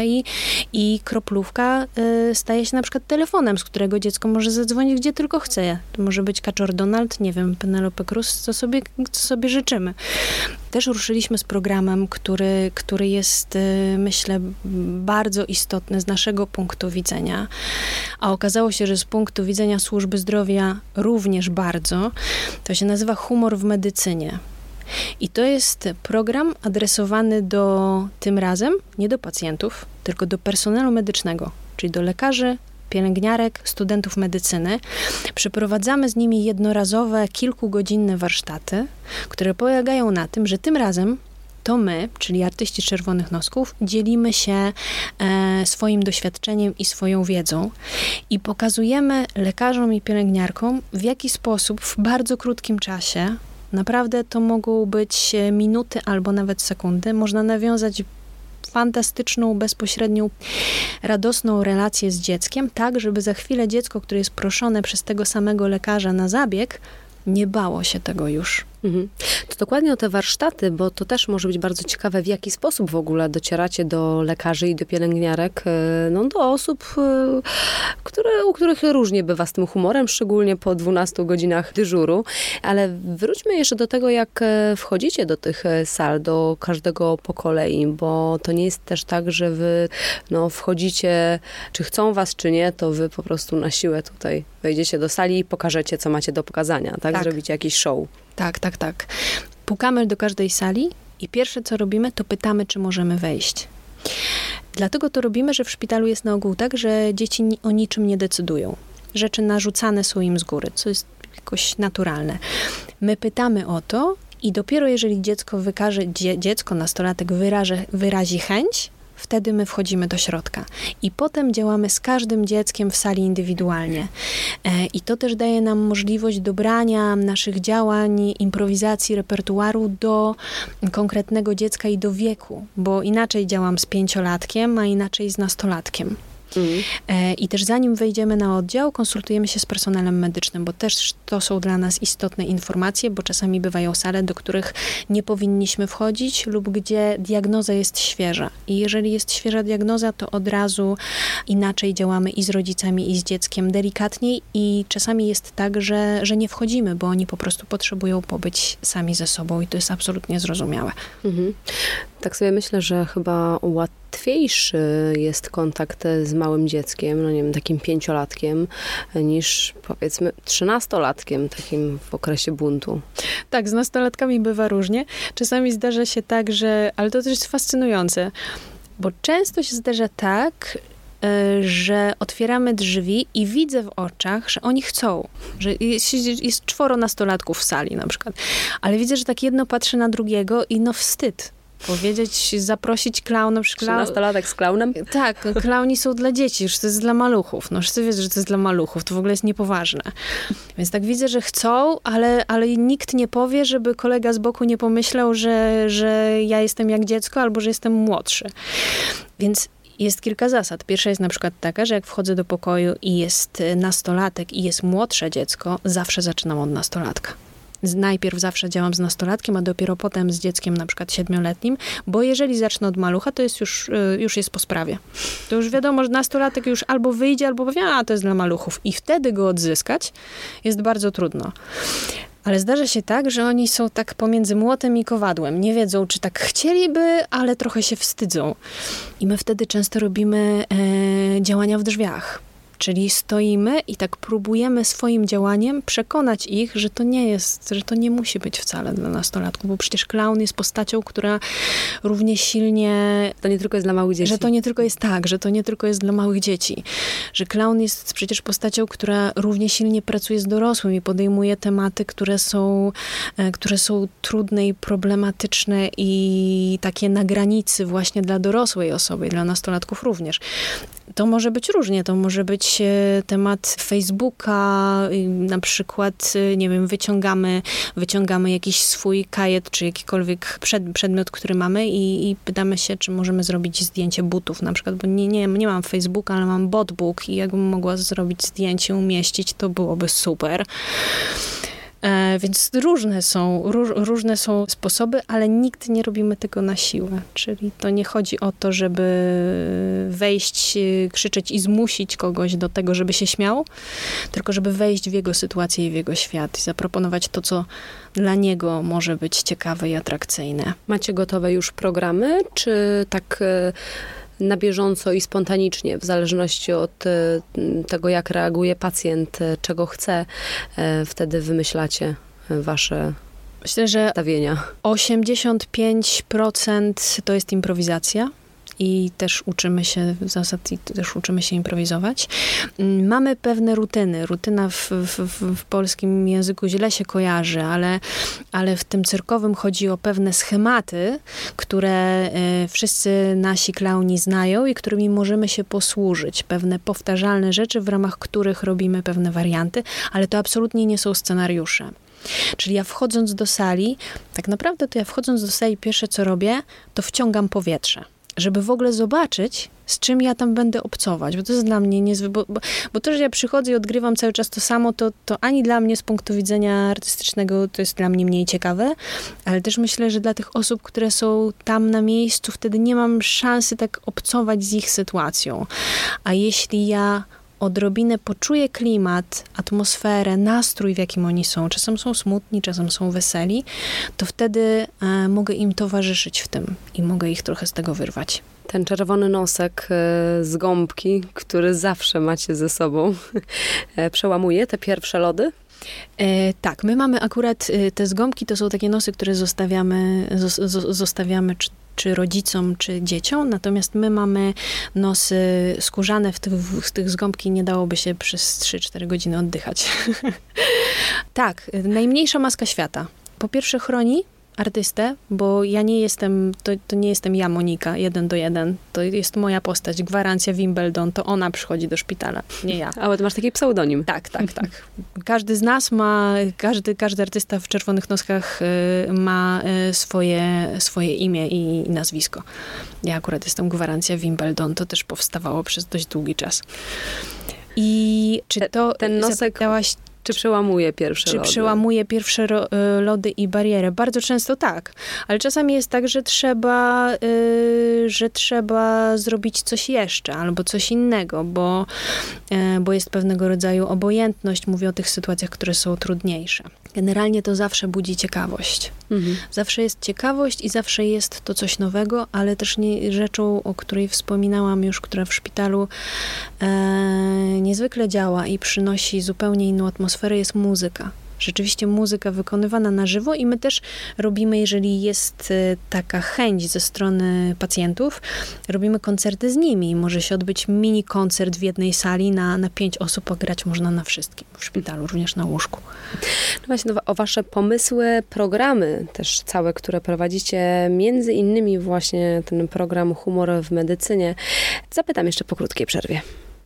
i kroplówka staje się na przykład telefonem, z którego dziecko może zadzwonić gdzie tylko chce. To może być Kaczor Donald, nie wiem, Penelope Cruz, co sobie życzymy. Też ruszyliśmy z programem, który jest, myślę, bardzo istotny z naszego punktu widzenia, a okazało się, że z punktu widzenia służby zdrowia również bardzo. To się nazywa Humor w medycynie. I to jest program adresowany tym razem nie do pacjentów, tylko do personelu medycznego, czyli do lekarzy, pielęgniarek, studentów medycyny. Przeprowadzamy z nimi jednorazowe, kilkugodzinne warsztaty, które polegają na tym, że tym razem to my, czyli artyści Czerwonych Nosków, dzielimy się swoim doświadczeniem i swoją wiedzą i pokazujemy lekarzom i pielęgniarkom, w jaki sposób w bardzo krótkim czasie, naprawdę to mogą być minuty albo nawet sekundy, można nawiązać fantastyczną, bezpośrednią, radosną relację z dzieckiem, tak, żeby za chwilę dziecko, które jest proszone przez tego samego lekarza na zabieg, nie bało się tego już. To dokładnie o te warsztaty, bo to też może być bardzo ciekawe, w jaki sposób w ogóle docieracie do lekarzy i do pielęgniarek, do osób, u których różnie bywa z tym humorem, szczególnie po 12 godzinach dyżuru. Ale wróćmy jeszcze do tego, jak wchodzicie do tych sal, do każdego po kolei, bo to nie jest też tak, że wy wchodzicie, czy chcą was, czy nie, to wy po prostu na siłę tutaj wejdziecie do sali i pokażecie, co macie do pokazania, tak? Zrobicie jakiś show. Tak. Pukamy do każdej sali i pierwsze, co robimy, to pytamy, czy możemy wejść. Dlatego to robimy, że w szpitalu jest na ogół tak, że dzieci o niczym nie decydują. Rzeczy narzucane są im z góry, co jest jakoś naturalne. My pytamy o to i dopiero jeżeli dziecko, nastolatek wyrazi chęć, wtedy my wchodzimy do środka. I potem działamy z każdym dzieckiem w sali indywidualnie. I to też daje nam możliwość dobrania naszych działań, improwizacji, repertuaru do konkretnego dziecka i do wieku. Bo inaczej działam z 5-latkiem, a inaczej z nastolatkiem. I też zanim wejdziemy na oddział, konsultujemy się z personelem medycznym, bo też to są dla nas istotne informacje, bo czasami bywają sale, do których nie powinniśmy wchodzić lub gdzie diagnoza jest świeża. I jeżeli jest świeża diagnoza, to od razu inaczej działamy i z rodzicami, i z dzieckiem delikatniej i czasami jest tak, że nie wchodzimy, bo oni po prostu potrzebują pobyć sami ze sobą i to jest absolutnie zrozumiałe. Tak sobie myślę, że chyba łatwiejszy jest kontakt z małym dzieckiem, takim 5-latkiem, niż powiedzmy 13-latkiem, takim w okresie buntu. Tak, z nastolatkami bywa różnie. Czasami zdarza się tak, ale to też jest fascynujące, bo często się zdarza tak, że otwieramy drzwi i widzę w oczach, że oni chcą, że jest 4 nastolatków w sali na przykład, ale widzę, że tak jedno patrzy na drugiego i wstyd. Zaprosić klauna. 13-latek z klaunem? Tak, klauni są dla dzieci, już to jest dla maluchów. Wszyscy wiedzą, że to jest dla maluchów, to w ogóle jest niepoważne. Więc tak widzę, że chcą, ale nikt nie powie, żeby kolega z boku nie pomyślał, że ja jestem jak dziecko, albo że jestem młodszy. Więc jest kilka zasad. Pierwsza jest na przykład taka, że jak wchodzę do pokoju i jest nastolatek i jest młodsze dziecko, zawsze zaczynam od nastolatka. Najpierw zawsze działam z nastolatkiem, a dopiero potem z dzieckiem na przykład 7-letnim, bo jeżeli zacznę od malucha, to jest już jest po sprawie. To już wiadomo, że nastolatek już albo wyjdzie, albo powie, to jest dla maluchów. I wtedy go odzyskać jest bardzo trudno. Ale zdarza się tak, że oni są tak pomiędzy młotem i kowadłem. Nie wiedzą, czy tak chcieliby, ale trochę się wstydzą. I my wtedy często robimy działania w drzwiach. Czyli stoimy i tak próbujemy swoim działaniem przekonać ich, że to nie musi być wcale dla nastolatków, bo przecież klaun jest postacią, która równie silnie... To nie tylko jest dla małych dzieci. Że to nie tylko jest tak, że to nie tylko jest dla małych dzieci. Że klaun jest przecież postacią, która równie silnie pracuje z dorosłym i podejmuje tematy, które są trudne i problematyczne i takie na granicy właśnie dla dorosłej osoby i dla nastolatków również. To może być różnie, to może być temat Facebooka, na przykład, nie wiem, wyciągamy jakiś swój kajet, czy jakikolwiek przedmiot, który mamy i pytamy się, czy możemy zrobić zdjęcie butów, na przykład, bo nie mam Facebooka, ale mam botbook i jakbym mogła zrobić zdjęcie, umieścić, to byłoby super. Więc różne są sposoby, ale nigdy nie robimy tego na siłę. Czyli to nie chodzi o to, żeby wejść, krzyczeć i zmusić kogoś do tego, żeby się śmiał, tylko żeby wejść w jego sytuację i w jego świat i zaproponować to, co dla niego może być ciekawe i atrakcyjne. Macie gotowe już programy, czy tak na bieżąco i spontanicznie, w zależności od tego, jak reaguje pacjent, czego chce, wtedy wymyślacie wasze Myślę, że stawienia? 85% to jest improwizacja. I też uczymy się zasad i też uczymy się improwizować. Mamy pewne rutyny. Rutyna w polskim języku źle się kojarzy, ale w tym cyrkowym chodzi o pewne schematy, które wszyscy nasi klauni znają i którymi możemy się posłużyć. Pewne powtarzalne rzeczy, w ramach których robimy pewne warianty, ale to absolutnie nie są scenariusze. Czyli ja wchodząc do sali, tak naprawdę to ja wchodząc do sali pierwsze co robię, to wciągam powietrze. żeby w ogóle zobaczyć, z czym ja tam będę obcować, bo to jest dla mnie niezwykle, bo to, że ja przychodzę i odgrywam cały czas to samo, to ani dla mnie z punktu widzenia artystycznego to jest dla mnie mniej ciekawe, ale też myślę, że dla tych osób, które są tam na miejscu, wtedy nie mam szansy tak obcować z ich sytuacją. A jeśli ja odrobinę poczuję klimat, atmosferę, nastrój, w jakim oni są, czasem są smutni, czasem są weseli, to wtedy mogę im towarzyszyć w tym i mogę ich trochę z tego wyrwać. Ten czerwony nosek z gąbki, który zawsze macie ze sobą, przełamuje te pierwsze lody? Tak, my mamy akurat te zgąbki, to są takie nosy, które zostawiamy czy rodzicom, czy dzieciom, natomiast my mamy nosy skórzane, w tych zgąbki nie dałoby się przez 3-4 godziny oddychać. Tak, najmniejsza maska świata. Po pierwsze chroni artystę, bo ja nie jestem, to nie jestem ja, Monika, 1:1. To jest moja postać, gwarancja Wimbledon, to ona przychodzi do szpitala, nie ja. Ale ty masz taki pseudonim. Tak. Każdy z nas ma, każdy artysta w czerwonych noskach ma swoje imię i nazwisko. Ja akurat jestem gwarancja Wimbledon, to też powstawało przez dość długi czas. I czy to ten nosek zapytałaś, czy przełamuje pierwsze lody? Czy przełamuje pierwsze lody i bariery? Bardzo często tak. Ale czasami jest tak, że trzeba zrobić coś jeszcze albo coś innego, bo jest pewnego rodzaju obojętność. Mówię o tych sytuacjach, które są trudniejsze. Generalnie to zawsze budzi ciekawość. Mhm. Zawsze jest ciekawość i zawsze jest to coś nowego, ale też rzeczą, o której wspominałam już, która w szpitalu niezwykle działa i przynosi zupełnie inną atmosferę, jest muzyka. Rzeczywiście muzyka wykonywana na żywo i my też robimy, jeżeli jest taka chęć ze strony pacjentów, robimy koncerty z nimi. Może się odbyć mini koncert w jednej sali na 5 osób, a grać można na wszystkim w szpitalu, również na łóżku. No właśnie, o wasze pomysły, programy też całe, które prowadzicie, między innymi właśnie ten program Humor w medycynie. Zapytam jeszcze po krótkiej przerwie.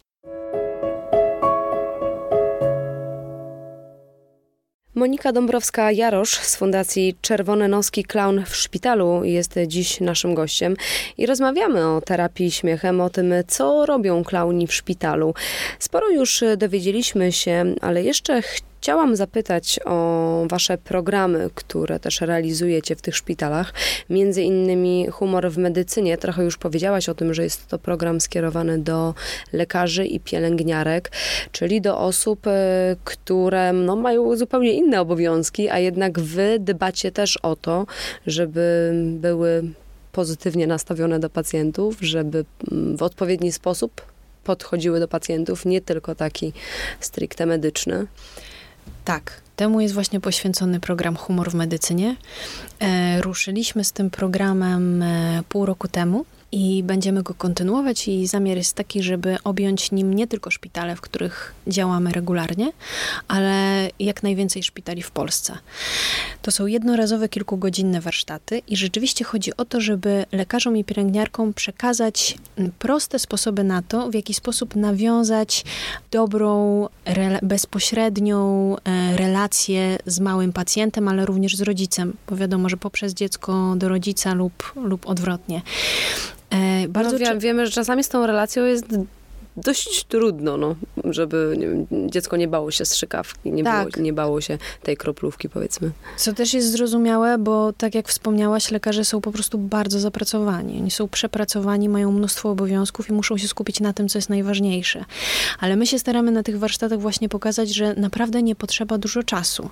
Monika Dąbrowska-Jarosz z Fundacji Czerwone Noski Klaun w Szpitalu jest dziś naszym gościem i rozmawiamy o terapii śmiechem, o tym, co robią klauni w szpitalu. Sporo już dowiedzieliśmy się, ale jeszcze chciałam zapytać o wasze programy, które też realizujecie w tych szpitalach. Między innymi Humor w medycynie. Trochę już powiedziałaś o tym, że jest to program skierowany do lekarzy i pielęgniarek, czyli do osób, które mają zupełnie inne obowiązki, a jednak wy dbacie też o to, żeby były pozytywnie nastawione do pacjentów, żeby w odpowiedni sposób podchodziły do pacjentów, nie tylko taki stricte medyczny. Tak, temu jest właśnie poświęcony program Humor w medycynie. Ruszyliśmy z tym programem pół roku temu i będziemy go kontynuować i zamiar jest taki, żeby objąć nim nie tylko szpitale, w których działamy regularnie, ale jak najwięcej szpitali w Polsce. To są jednorazowe, kilkugodzinne warsztaty i rzeczywiście chodzi o to, żeby lekarzom i pielęgniarkom przekazać proste sposoby na to, w jaki sposób nawiązać dobrą, bezpośrednią relację z małym pacjentem, ale również z rodzicem, bo wiadomo, że poprzez dziecko do rodzica lub odwrotnie. Wiemy, że czasami z tą relacją jest dość trudno, żeby dziecko nie bało się strzykawki, nie bało się tej kroplówki, powiedzmy. Co też jest zrozumiałe, bo tak jak wspomniałaś, lekarze są po prostu bardzo zapracowani. Oni są przepracowani, mają mnóstwo obowiązków i muszą się skupić na tym, co jest najważniejsze. Ale my się staramy na tych warsztatach właśnie pokazać, że naprawdę nie potrzeba dużo czasu.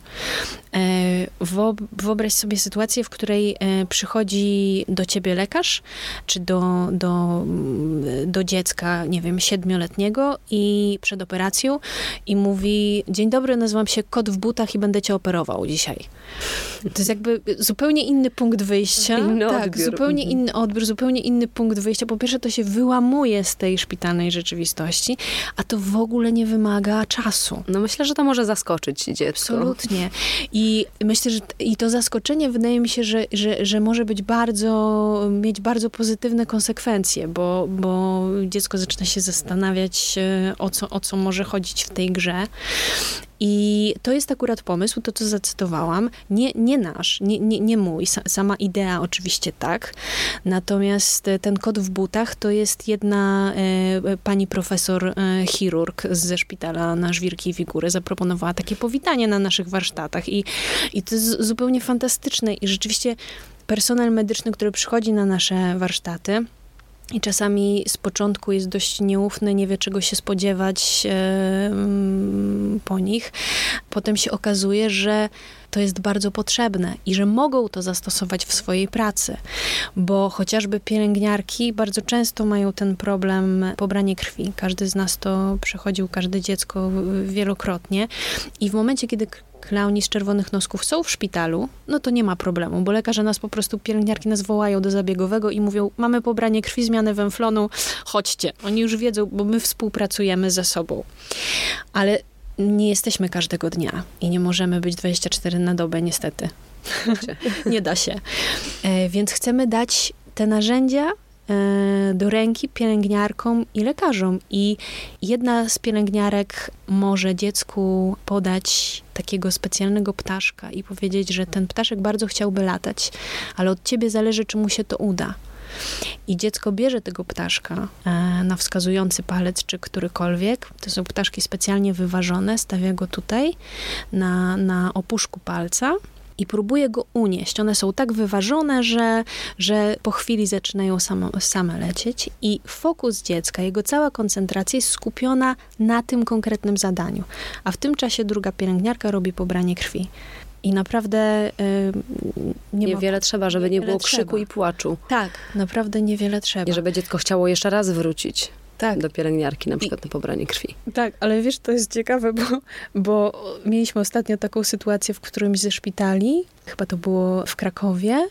Wyobraź sobie sytuację, w której przychodzi do ciebie lekarz, czy do dziecka, nie wiem, 7-letniego i przed operacją i mówi: dzień dobry, nazywam się kot w butach i będę cię operował dzisiaj. To jest jakby zupełnie inny punkt wyjścia. Odbiór. Zupełnie inny odbiór, zupełnie inny punkt wyjścia. Po pierwsze, to się wyłamuje z tej szpitalnej rzeczywistości, a to w ogóle nie wymaga czasu. No myślę, że to może zaskoczyć dziecko. Absolutnie. I myślę, że i to zaskoczenie wydaje mi się, że może mieć bardzo pozytywne konsekwencje, bo dziecko zaczyna się zastanawiać, zastanawiać, o co może chodzić w tej grze. I to jest akurat pomysł, to co zacytowałam, nie nasz, nie mój, sama idea oczywiście tak, natomiast ten kot w butach to jest jedna pani profesor chirurg ze szpitala na Żwirki i Wigury zaproponowała takie powitanie na naszych warsztatach i to jest zupełnie fantastyczne i rzeczywiście personel medyczny, który przychodzi na nasze warsztaty, i czasami z początku jest dość nieufny, nie wie czego się spodziewać po nich. Potem się okazuje, że to jest bardzo potrzebne i że mogą to zastosować w swojej pracy, bo chociażby pielęgniarki bardzo często mają ten problem pobranie krwi. Każdy z nas to przechodził, każde dziecko wielokrotnie i w momencie, kiedy klauni z czerwonych nosków są w szpitalu, no to nie ma problemu, bo lekarze nas po prostu, pielęgniarki nas wołają do zabiegowego i mówią, mamy pobranie krwi, zmianę węflonu, chodźcie. Oni już wiedzą, bo my współpracujemy ze sobą. Ale nie jesteśmy każdego dnia i nie możemy być 24 na dobę, niestety. Nie da się. Więc chcemy dać te narzędzia do ręki pielęgniarkom i lekarzom. I jedna z pielęgniarek może dziecku podać takiego specjalnego ptaszka i powiedzieć, że ten ptaszek bardzo chciałby latać, ale od ciebie zależy, czy mu się to uda. I dziecko bierze tego ptaszka na wskazujący palec, czy którykolwiek. To są ptaszki specjalnie wyważone, stawia go tutaj na opuszku palca i próbuje go unieść. One są tak wyważone, że po chwili zaczynają same lecieć i fokus dziecka, jego cała koncentracja jest skupiona na tym konkretnym zadaniu. A w tym czasie druga pielęgniarka robi pobranie krwi. I naprawdę niewiele trzeba, żeby nie było krzyku i płaczu. Tak, naprawdę niewiele trzeba. I żeby dziecko chciało jeszcze raz wrócić. Tak. Do pielęgniarki, na przykład na pobranie krwi. Tak, ale wiesz, to jest ciekawe, bo mieliśmy ostatnio taką sytuację w którymś ze szpitali, chyba to było w Krakowie,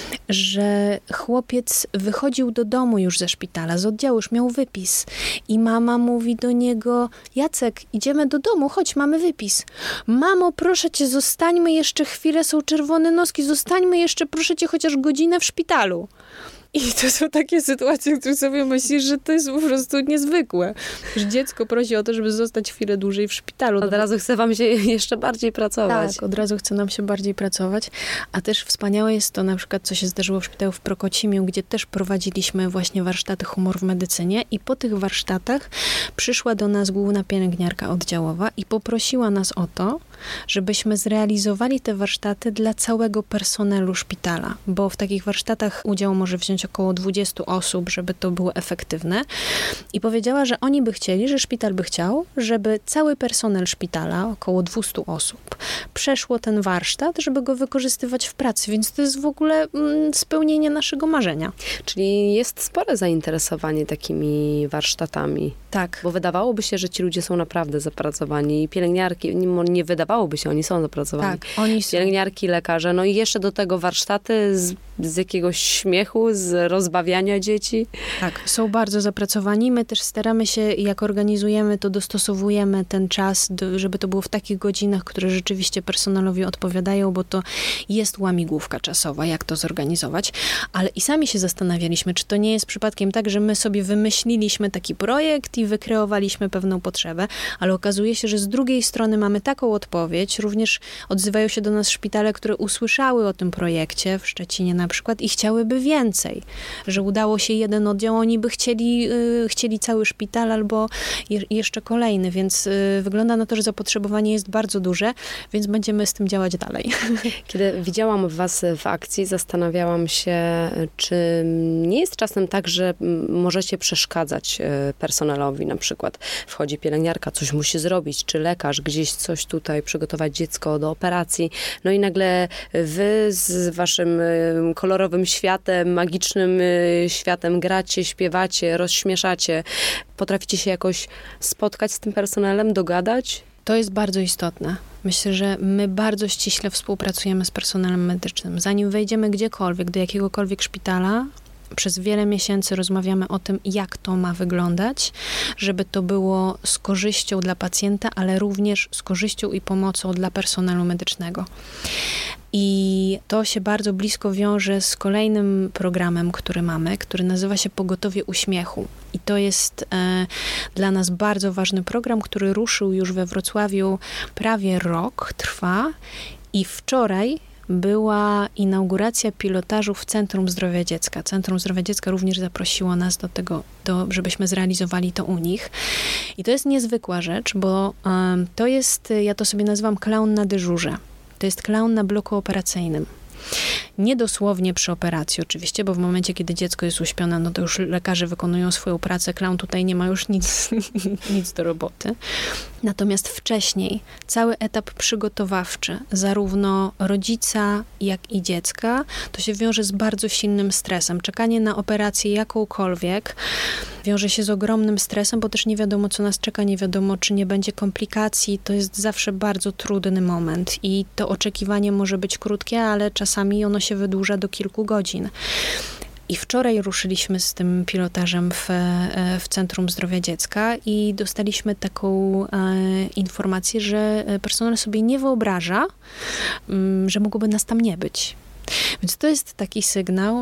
że chłopiec wychodził do domu już ze szpitala, z oddziału, już miał wypis. I mama mówi do niego, Jacek, idziemy do domu, chodź, mamy wypis. Mamo, proszę cię, zostańmy jeszcze chwilę, są czerwone noski, zostańmy jeszcze, proszę cię, chociaż godzinę w szpitalu. I to są takie sytuacje, w których sobie myślisz, że to jest po prostu niezwykłe. Że dziecko prosi o to, żeby zostać chwilę dłużej w szpitalu. Od razu chce wam się jeszcze bardziej pracować. Tak, od razu chce nam się bardziej pracować. A też wspaniałe jest to na przykład, co się zdarzyło w szpitalu w Prokocimiu, gdzie też prowadziliśmy właśnie warsztaty humor w medycynie i po tych warsztatach przyszła do nas główna pielęgniarka oddziałowa i poprosiła nas o to, żebyśmy zrealizowali te warsztaty dla całego personelu szpitala, bo w takich warsztatach udział może wziąć około 20 osób, żeby to było efektywne. I powiedziała, że oni by chcieli, że szpital by chciał, żeby cały personel szpitala, około 200 osób, przeszło ten warsztat, żeby go wykorzystywać w pracy, więc to jest w ogóle spełnienie naszego marzenia. Czyli jest spore zainteresowanie takimi warsztatami. Tak. Bo wydawałoby się, że ci ludzie są naprawdę zapracowani. Pielęgniarki, nie wydawałoby się, oni są zapracowani. Tak, oni są. Pielęgniarki, lekarze, no i jeszcze do tego warsztaty z jakiegoś śmiechu, z rozbawiania dzieci. Tak, są bardzo zapracowani. My też staramy się, jak organizujemy, to dostosowujemy ten czas, żeby to było w takich godzinach, które rzeczywiście personelowi odpowiadają, bo to jest łamigłówka czasowa, jak to zorganizować. Ale i sami się zastanawialiśmy, czy to nie jest przypadkiem tak, że my sobie wymyśliliśmy taki projekt i wykreowaliśmy pewną potrzebę, ale okazuje się, że z drugiej strony mamy taką odpowiedź. Również odzywają się do nas szpitale, które usłyszały o tym projekcie w Szczecinie na przykład i chciałyby więcej. Że udało się jeden oddział, oni by chcieli cały szpital albo jeszcze kolejny, więc wygląda na to, że zapotrzebowanie jest bardzo duże, więc będziemy z tym działać dalej. Kiedy widziałam was w akcji, zastanawiałam się, czy nie jest czasem tak, że możecie przeszkadzać personelowi, na przykład wchodzi pielęgniarka, coś musi zrobić, czy lekarz gdzieś coś tutaj przygotować dziecko do operacji, no i nagle wy z waszym kolorowym światem, magicznym światem gracie, śpiewacie, rozśmieszacie. Potraficie się jakoś spotkać z tym personelem, dogadać? To jest bardzo istotne. Myślę, że my bardzo ściśle współpracujemy z personelem medycznym. Zanim wejdziemy gdziekolwiek, do jakiegokolwiek szpitala, przez wiele miesięcy rozmawiamy o tym, jak to ma wyglądać, żeby to było z korzyścią dla pacjenta, ale również z korzyścią i pomocą dla personelu medycznego. I to się bardzo blisko wiąże z kolejnym programem, który mamy, który nazywa się Pogotowie Uśmiechu. I to jest dla nas bardzo ważny program, który ruszył już we Wrocławiu prawie rok, trwa i wczoraj była inauguracja pilotażu w Centrum Zdrowia Dziecka. Centrum Zdrowia Dziecka również zaprosiło nas do tego, żebyśmy zrealizowali to u nich. I to jest niezwykła rzecz, bo to jest, ja to sobie nazywam klaun na dyżurze. To jest klaun na bloku operacyjnym. Nie dosłownie przy operacji oczywiście, bo w momencie, kiedy dziecko jest uśpione, no to już lekarze wykonują swoją pracę, klaun tutaj nie ma już nic do roboty. Natomiast wcześniej cały etap przygotowawczy, zarówno rodzica, jak i dziecka, to się wiąże z bardzo silnym stresem. Czekanie na operację jakąkolwiek wiąże się z ogromnym stresem, bo też nie wiadomo, co nas czeka, nie wiadomo, czy nie będzie komplikacji. To jest zawsze bardzo trudny moment i to oczekiwanie może być krótkie, ale czasami ono się wydłuża do kilku godzin. I wczoraj ruszyliśmy z tym pilotażem w Centrum Zdrowia Dziecka i dostaliśmy taką informację, że personel sobie nie wyobraża, że mogłoby nas tam nie być. Więc to jest taki sygnał,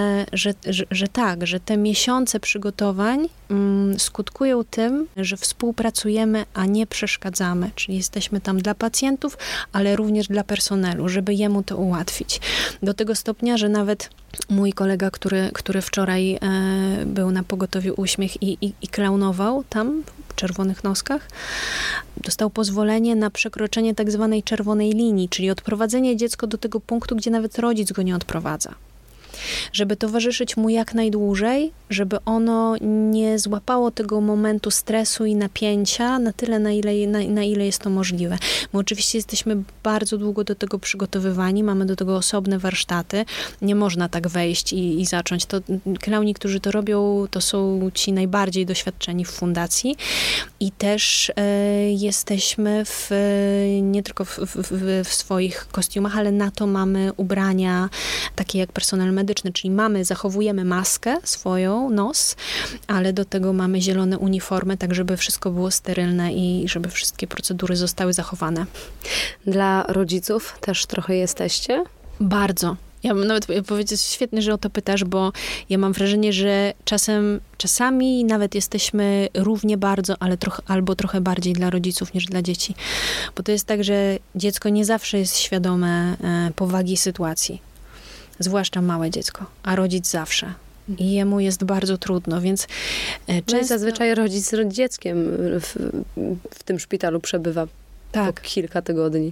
że tak, że te miesiące przygotowań skutkują tym, że współpracujemy, a nie przeszkadzamy. Czyli jesteśmy tam dla pacjentów, ale również dla personelu, żeby jemu to ułatwić. Do tego stopnia, że nawet mój kolega, który wczoraj był na pogotowiu Uśmiech i klaunował tam w Czerwonych Noskach, dostał pozwolenie na przekroczenie tak zwanej czerwonej linii, czyli odprowadzenie dziecka do tego punktu, gdzie nawet rodzic go nie odprowadza. Żeby towarzyszyć mu jak najdłużej, żeby ono nie złapało tego momentu stresu i napięcia na tyle, na ile jest to możliwe. My oczywiście jesteśmy bardzo długo do tego przygotowywani, mamy do tego osobne warsztaty. Nie można tak wejść i zacząć. To klauni, którzy to robią, to są ci najbardziej doświadczeni w fundacji i też jesteśmy nie tylko w swoich kostiumach, ale na to mamy ubrania takie jak personel medyczny, czyli zachowujemy maskę swoją, nos, ale do tego mamy zielone uniformy, tak żeby wszystko było sterylne i żeby wszystkie procedury zostały zachowane. Dla rodziców też trochę jesteście? Bardzo. Ja bym nawet powiedzieć, świetnie, że o to pytasz, bo ja mam wrażenie, że czasami nawet jesteśmy równie bardzo, ale albo trochę bardziej dla rodziców niż dla dzieci. Bo to jest tak, że dziecko nie zawsze jest świadome powagi sytuacji. Zwłaszcza małe dziecko, a rodzic zawsze. I jemu jest bardzo trudno, więc często... Zazwyczaj rodzic z dzieckiem w tym szpitalu przebywa po kilka tygodni.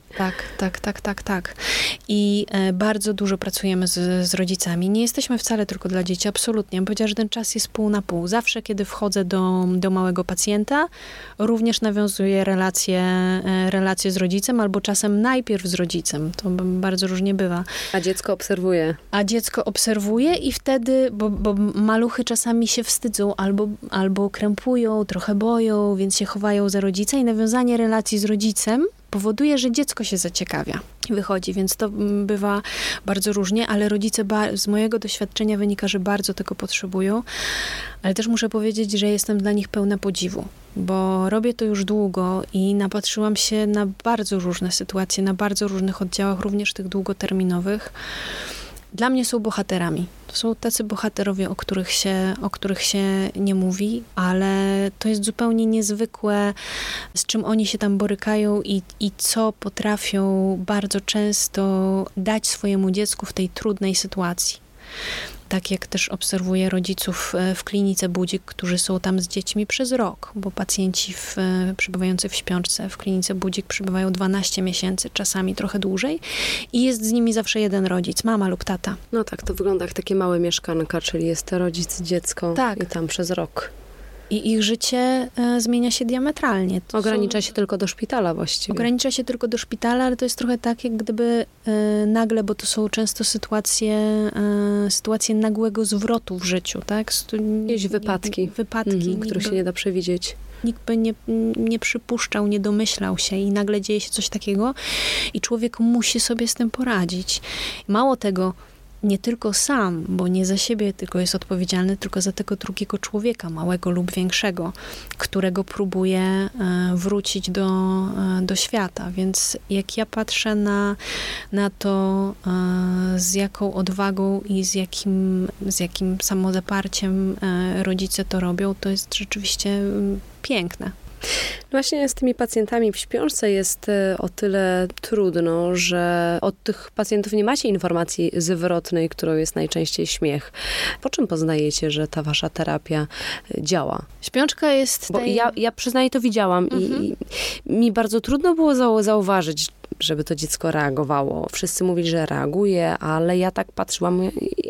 Tak. I bardzo dużo pracujemy z rodzicami. Nie jesteśmy wcale tylko dla dzieci, absolutnie. Bym powiedziała, że ten czas jest pół na pół. Zawsze, kiedy wchodzę do małego pacjenta, również nawiązuję relacje z rodzicem, albo czasem najpierw z rodzicem. To bardzo różnie bywa. A dziecko obserwuje? I wtedy, bo maluchy czasami się wstydzą, albo krępują, trochę boją, więc się chowają za rodzica i nawiązanie relacji z rodzicem powoduje, że dziecko się zaciekawia i wychodzi, więc to bywa bardzo różnie, ale rodzice z mojego doświadczenia wynika, że bardzo tego potrzebują, ale też muszę powiedzieć, że jestem dla nich pełna podziwu, bo robię to już długo i napatrzyłam się na bardzo różne sytuacje, na bardzo różnych oddziałach, również tych długoterminowych. Dla mnie są bohaterami. To są tacy bohaterowie, o których się nie mówi, ale to jest zupełnie niezwykłe, z czym oni się tam borykają i co potrafią bardzo często dać swojemu dziecku w tej trudnej sytuacji. Tak jak też obserwuję rodziców w klinice Budzik, którzy są tam z dziećmi przez rok, bo pacjenci przebywający w śpiączce w klinice Budzik przebywają 12 miesięcy, czasami trochę dłużej i jest z nimi zawsze jeden rodzic, mama lub tata. No tak, to wygląda jak takie małe mieszkanka, czyli jest rodzic, dziecko i tam przez rok. I ich życie zmienia się diametralnie. Ogranicza się tylko do szpitala właściwie. Ogranicza się tylko do szpitala, ale to jest trochę tak, jak gdyby nagle, bo to są często sytuacje nagłego zwrotu w życiu, tak? Jakieś wypadki, których się nie da przewidzieć. Nikt by nie przypuszczał, nie domyślał się i nagle dzieje się coś takiego i człowiek musi sobie z tym poradzić. Mało tego, nie tylko sam, bo nie za siebie tylko jest odpowiedzialny, tylko za tego drugiego człowieka, małego lub większego, którego próbuje wrócić do świata. Więc jak ja patrzę na to, z jaką odwagą i z jakim samozaparciem rodzice to robią, to jest rzeczywiście piękne. Właśnie z tymi pacjentami w śpiączce jest o tyle trudno, że od tych pacjentów nie macie informacji zwrotnej, którą jest najczęściej śmiech. Po czym poznajecie, że ta wasza terapia działa? Śpiączka jest... Bo ja przyznaję, to widziałam i mi bardzo trudno było zauważyć, żeby to dziecko reagowało. Wszyscy mówili, że reaguje, ale ja tak patrzyłam i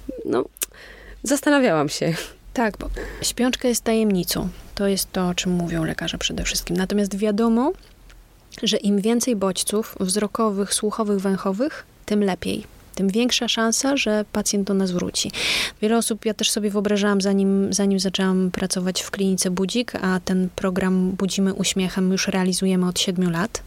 zastanawiałam się. Tak, bo śpiączka jest tajemnicą. To jest to, o czym mówią lekarze przede wszystkim. Natomiast wiadomo, że im więcej bodźców wzrokowych, słuchowych, węchowych, tym lepiej. Tym większa szansa, że pacjent do nas wróci. Wiele osób, ja też sobie wyobrażałam, zanim zaczęłam pracować w klinice Budzik, a ten program Budzimy Uśmiechem już realizujemy od 7 lat,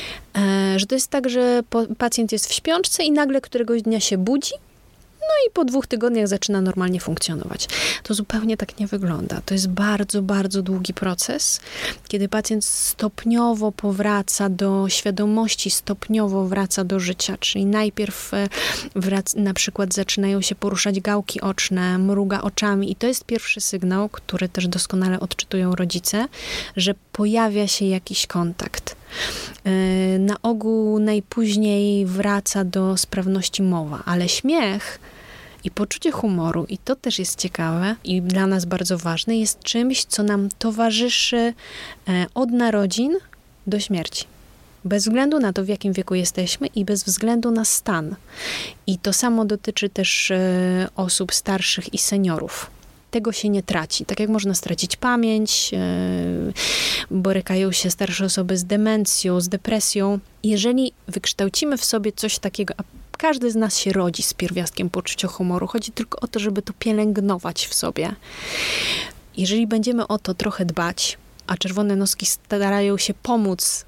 że to jest tak, że pacjent jest w śpiączce i nagle któregoś dnia się budzi, no i po 2 tygodniach zaczyna normalnie funkcjonować. To zupełnie tak nie wygląda. To jest bardzo, bardzo długi proces, kiedy pacjent stopniowo powraca do świadomości, stopniowo wraca do życia. Czyli najpierw na przykład zaczynają się poruszać gałki oczne, mruga oczami i to jest pierwszy sygnał, który też doskonale odczytują rodzice, że pojawia się jakiś kontakt. Na ogół najpóźniej wraca do sprawności mowa, ale śmiech i poczucie humoru, i to też jest ciekawe i dla nas bardzo ważne, jest czymś, co nam towarzyszy od narodzin do śmierci. Bez względu na to, w jakim wieku jesteśmy i bez względu na stan. I to samo dotyczy też osób starszych i seniorów. Tego się nie traci. Tak jak można stracić pamięć, borykają się starsze osoby z demencją, z depresją. Jeżeli wykształcimy w sobie coś takiego, a każdy z nas się rodzi z pierwiastkiem poczucia humoru, chodzi tylko o to, żeby to pielęgnować w sobie. Jeżeli będziemy o to trochę dbać, a czerwone noski starają się pomóc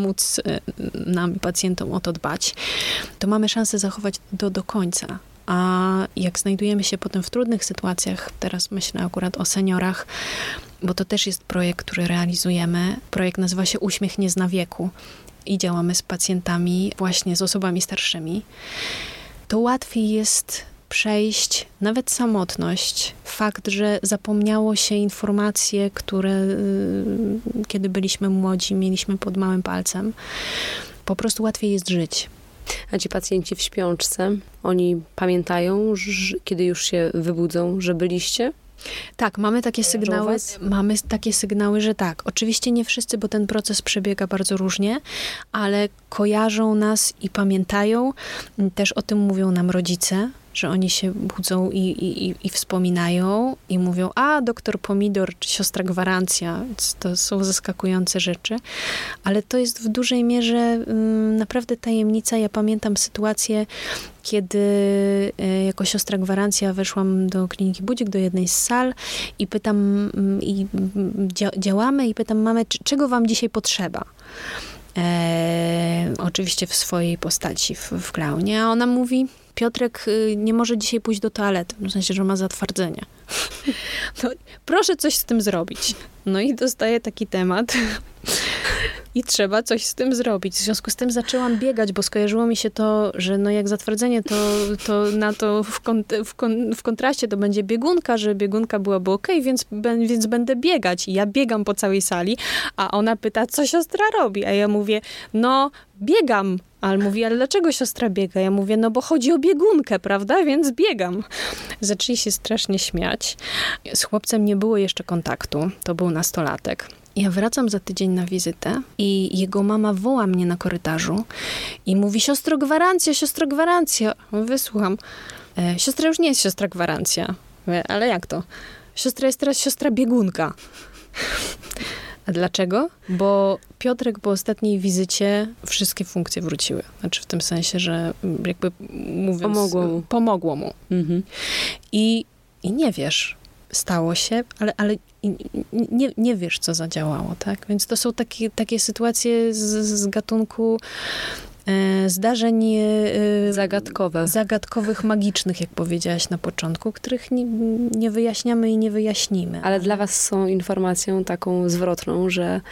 nam, pacjentom o to dbać, to mamy szansę zachować do końca. A jak znajdujemy się potem w trudnych sytuacjach, teraz myślę akurat o seniorach, bo to też jest projekt, który realizujemy. Projekt nazywa się Uśmiech nie zna wieku i działamy z pacjentami, właśnie z osobami starszymi. To łatwiej jest przejść nawet samotność. Fakt, że zapomniało się informacje, które kiedy byliśmy młodzi, mieliśmy pod małym palcem. Po prostu łatwiej jest żyć. A ci pacjenci w śpiączce, oni pamiętają, kiedy już się wybudzą, że byliście? Tak, mamy takie sygnały, że tak. Oczywiście nie wszyscy, bo ten proces przebiega bardzo różnie, ale kojarzą nas i pamiętają. Też o tym mówią nam rodzice, że oni się budzą i wspominają i mówią, a doktor Pomidor czy siostra Gwarancja, więc to są zaskakujące rzeczy, ale to jest w dużej mierze naprawdę tajemnica. Ja pamiętam sytuację, kiedy jako siostra Gwarancja weszłam do kliniki Budzik, do jednej z sal i pytam, działamy i pytam mamę, czego wam dzisiaj potrzeba? Oczywiście w swojej postaci, w klaunie, a ona mówi, Piotrek nie może dzisiaj pójść do toalety, w sensie, że ma zatwardzenie. No, proszę coś z tym zrobić. No i dostaję taki temat i trzeba coś z tym zrobić. W związku z tym zaczęłam biegać, bo skojarzyło mi się to, że no jak zatwardzenie, to na to w kontraście to będzie biegunka, że biegunka byłaby okej, więc będę biegać. I ja biegam po całej sali, a ona pyta, co siostra robi? A ja mówię, no biegam. Ale mówi, ale dlaczego siostra biega? Ja mówię, no bo chodzi o biegunkę, prawda? Więc biegam. Zaczęli się strasznie śmiać. Z chłopcem nie było jeszcze kontaktu. To był nastolatek. Ja wracam za tydzień na wizytę i jego mama woła mnie na korytarzu i mówi, siostro Gwarancja. Wysłucham. Siostra już nie jest siostra Gwarancja. Mówię, ale jak to? Siostra jest teraz siostra biegunka. A dlaczego? Bo Piotrek po ostatniej wizycie wszystkie funkcje wróciły. Znaczy w tym sensie, że jakby mówiąc... Pomogło mu. Mhm. I nie wiesz, stało się, ale nie wiesz, co zadziałało, tak? Więc to są takie sytuacje z gatunku zdarzeń zagadkowych, magicznych, jak powiedziałaś na początku, których nie wyjaśniamy i nie wyjaśnimy. Ale dla was są informacją taką zwrotną, że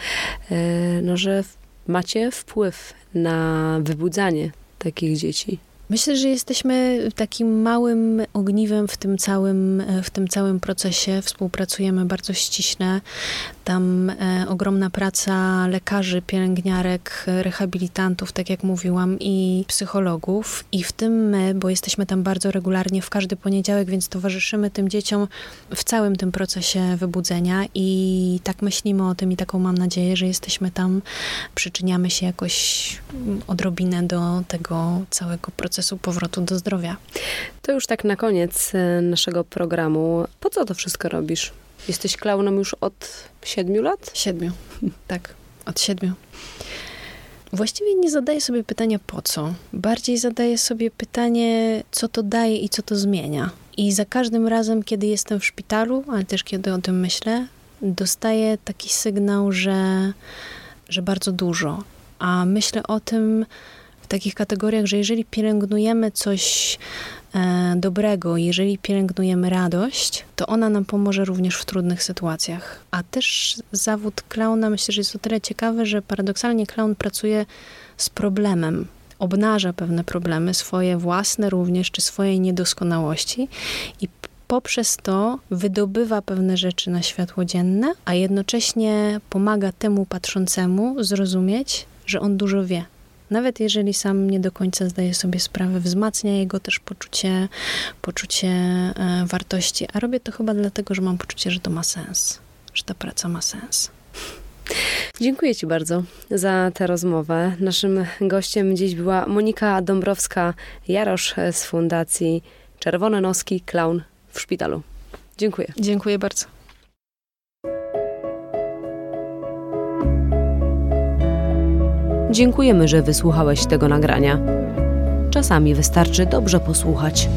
macie wpływ na wybudzanie takich dzieci. Myślę, że jesteśmy takim małym ogniwem w tym całym procesie. Współpracujemy bardzo ściśle. Tam ogromna praca lekarzy, pielęgniarek, rehabilitantów, tak jak mówiłam, i psychologów. I w tym my, bo jesteśmy tam bardzo regularnie w każdy poniedziałek, więc towarzyszymy tym dzieciom w całym tym procesie wybudzenia i tak myślimy o tym i taką mam nadzieję, że jesteśmy tam, przyczyniamy się jakoś odrobinę do tego całego procesu powrotu do zdrowia. To już tak na koniec naszego programu. Po co to wszystko robisz? Jesteś klaunem już od 7 lat? 7. Tak, od 7. Właściwie nie zadaję sobie pytania po co. Bardziej zadaję sobie pytanie, co to daje i co to zmienia. I za każdym razem, kiedy jestem w szpitalu, ale też kiedy o tym myślę, dostaję taki sygnał, że bardzo dużo. A myślę o tym w takich kategoriach, że jeżeli pielęgnujemy coś dobrego, jeżeli pielęgnujemy radość, to ona nam pomoże również w trudnych sytuacjach. A też zawód klauna, myślę, że jest o tyle ciekawy, że paradoksalnie klaun pracuje z problemem. Obnaża pewne problemy, swoje własne również, czy swojej niedoskonałości i poprzez to wydobywa pewne rzeczy na światło dzienne, a jednocześnie pomaga temu patrzącemu zrozumieć, że on dużo wie. Nawet jeżeli sam nie do końca zdaje sobie sprawę, wzmacnia jego też poczucie wartości. A robię to chyba dlatego, że mam poczucie, że to ma sens, że ta praca ma sens. Dziękuję ci bardzo za tę rozmowę. Naszym gościem dziś była Monika Dąbrowska-Jarosz z Fundacji Czerwone Noski Klaun w szpitalu. Dziękuję. Dziękuję bardzo. Dziękujemy, że wysłuchałeś tego nagrania. Czasami wystarczy dobrze posłuchać.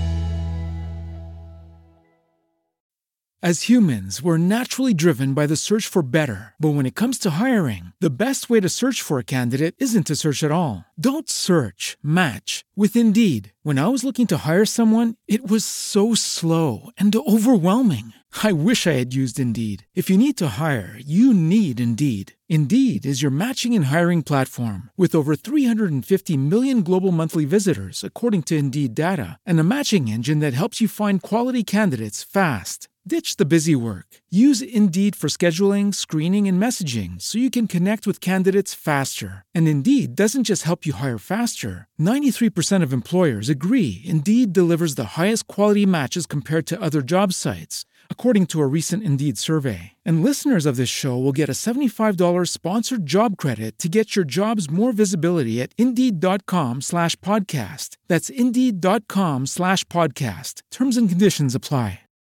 As humans, we're naturally driven by the search for better. But when it comes to hiring, the best way to search for a candidate isn't to search at all. Don't search, match with Indeed. When I was looking to hire someone, it was so slow and overwhelming. I wish I had used Indeed. If you need to hire, you need Indeed. Indeed is your matching and hiring platform with over 350 million global monthly visitors, according to Indeed data, and a matching engine that helps you find quality candidates fast. Ditch the busy work. Use Indeed for scheduling, screening, and messaging so you can connect with candidates faster. And Indeed doesn't just help you hire faster. 93% of employers agree Indeed delivers the highest quality matches compared to other job sites, according to a recent Indeed survey. And listeners of this show will get a $75 sponsored job credit to get your jobs more visibility at Indeed.com/podcast. That's Indeed.com/podcast. Terms and conditions apply.